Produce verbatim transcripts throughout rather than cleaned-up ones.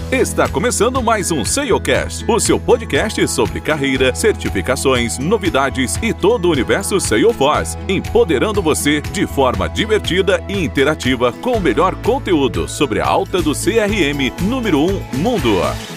Está começando mais um SEOcast, o seu podcast sobre carreira, certificações, novidades e todo o universo Salesforce, empoderando você de forma divertida e interativa com o melhor conteúdo sobre a alta do C R M número um mundo.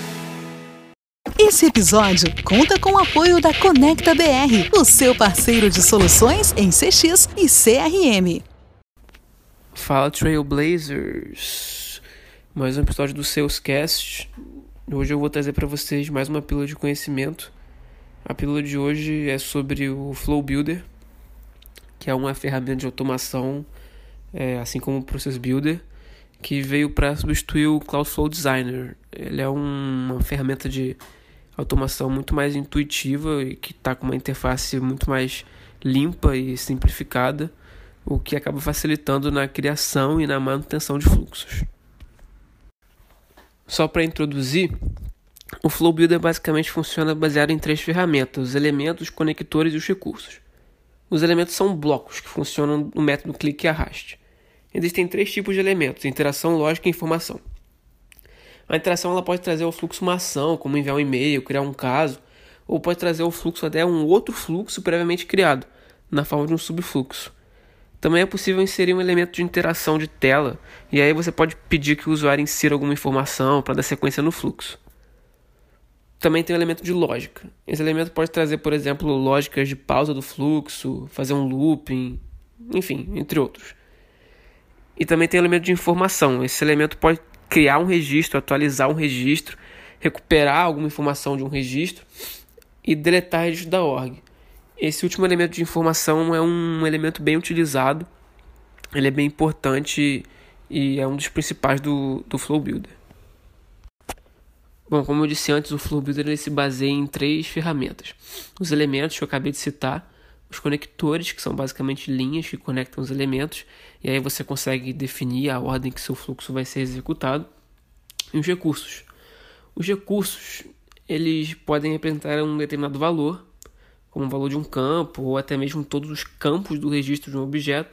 Esse episódio conta com o apoio da Conecta B R, o seu parceiro de soluções em C X e C R M. Fala Trailblazers! Mais um episódio do SalesCast. Hoje eu vou trazer para vocês mais uma pílula de conhecimento. A pílula de hoje é sobre o Flow Builder, que é uma ferramenta de automação, é, assim como o Process Builder, que veio para substituir o Cloudflow Designer. Ele é um, uma ferramenta de automação muito mais intuitiva e que está com uma interface muito mais limpa e simplificada, o que acaba facilitando na criação e na manutenção de fluxos. Só para introduzir, o Flow Builder basicamente funciona baseado em três ferramentas: os elementos, os conectores e os recursos. Os elementos são blocos que funcionam no método clique e arraste. Existem três tipos de elementos: interação, lógica e informação. A interação ela pode trazer ao fluxo uma ação, como enviar um e-mail, criar um caso, ou pode trazer ao fluxo até um outro fluxo previamente criado, na forma de um subfluxo. Também é possível inserir um elemento de interação de tela, e aí você pode pedir que o usuário insira alguma informação para dar sequência no fluxo. Também tem o elemento de lógica. Esse elemento pode trazer, por exemplo, lógicas de pausa do fluxo, fazer um looping, enfim, entre outros. E também tem o elemento de informação. Esse elemento pode criar um registro, atualizar um registro, recuperar alguma informação de um registro e deletar registro da org. Esse último elemento de informação é um elemento bem utilizado, ele é bem importante e é um dos principais do, do Flow Builder. Bom, como eu disse antes, o Flow Builder ele se baseia em três ferramentas. Os elementos que eu acabei de citar, os conectores, que são basicamente linhas que conectam os elementos, e aí você consegue definir a ordem que seu fluxo vai ser executado, e os recursos. Os recursos eles podem representar um determinado valor, como o valor de um campo, ou até mesmo todos os campos do registro de um objeto.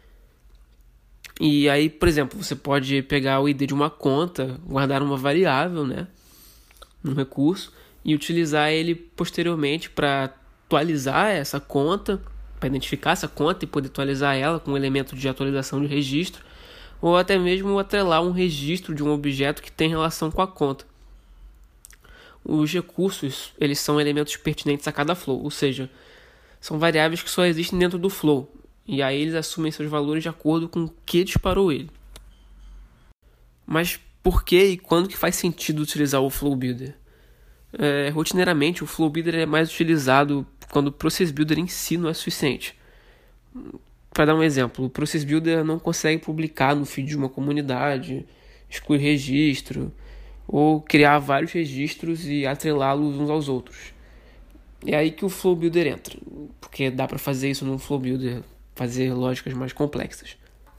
E aí, por exemplo, você pode pegar o I D de uma conta, guardar uma variável, né, num recurso, e utilizar ele posteriormente para atualizar essa conta, para identificar essa conta e poder atualizar ela com um elemento de atualização de registro, ou até mesmo atrelar um registro de um objeto que tem relação com a conta. Os recursos, eles são elementos pertinentes a cada flow, ou seja, são variáveis que só existem dentro do flow, e aí eles assumem seus valores de acordo com o que disparou ele. Mas por que e quando que faz sentido utilizar o Flow Builder? É, rotineiramente, o Flow Builder é mais utilizado quando o Process Builder em si não é suficiente. Para dar um exemplo, o Process Builder não consegue publicar no feed de uma comunidade, excluir registro, ou criar vários registros e atrelá-los uns aos outros. É aí que o Flow Builder entra, porque dá para fazer isso no Flow Builder, fazer lógicas mais complexas.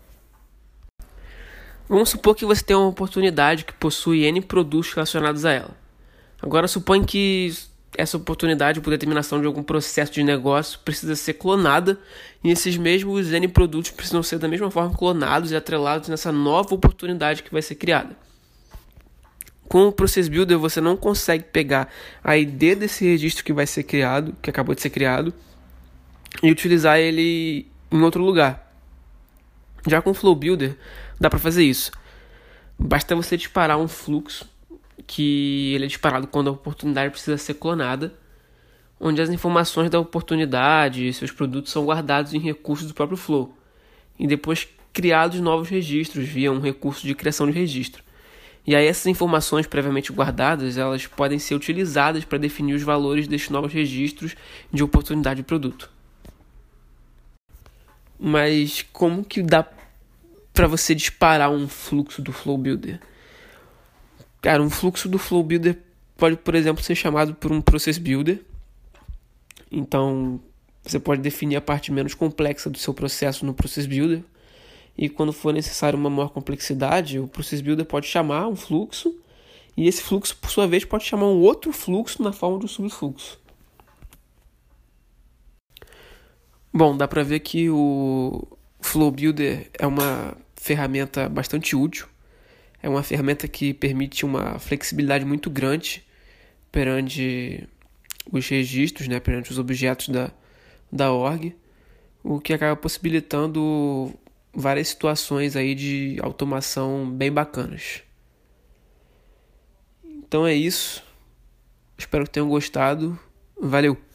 Vamos supor que você tem uma oportunidade que possui N produtos relacionados a ela. Agora suponha que essa oportunidade, por determinação de algum processo de negócio, precisa ser clonada, e esses mesmos N produtos precisam ser da mesma forma clonados e atrelados nessa nova oportunidade que vai ser criada. Com o Process Builder você não consegue pegar a I D desse registro que vai ser criado, que acabou de ser criado, e utilizar ele em outro lugar. Já com o Flow Builder dá para fazer isso. Basta você disparar um fluxo, que ele é disparado quando a oportunidade precisa ser clonada, onde as informações da oportunidade e seus produtos são guardados em recursos do próprio Flow, e depois criados novos registros via um recurso de criação de registro. E aí essas informações previamente guardadas, elas podem ser utilizadas para definir os valores desses novos registros de oportunidade de produto. Mas como que dá para você disparar um fluxo do Flow Builder? Cara, um fluxo do Flow Builder pode, por exemplo, ser chamado por um Process Builder. Então, você pode definir a parte menos complexa do seu processo no Process Builder. E quando for necessário uma maior complexidade, o Process Builder pode chamar um fluxo, e esse fluxo, por sua vez, pode chamar um outro fluxo na forma de um subfluxo. Bom, dá para ver que o Flow Builder é uma ferramenta bastante útil. É uma ferramenta que permite uma flexibilidade muito grande perante os registros, né, perante os objetos da, da org, o que acaba possibilitando várias situações aí de automação bem bacanas. Então é isso. Espero que tenham gostado. Valeu!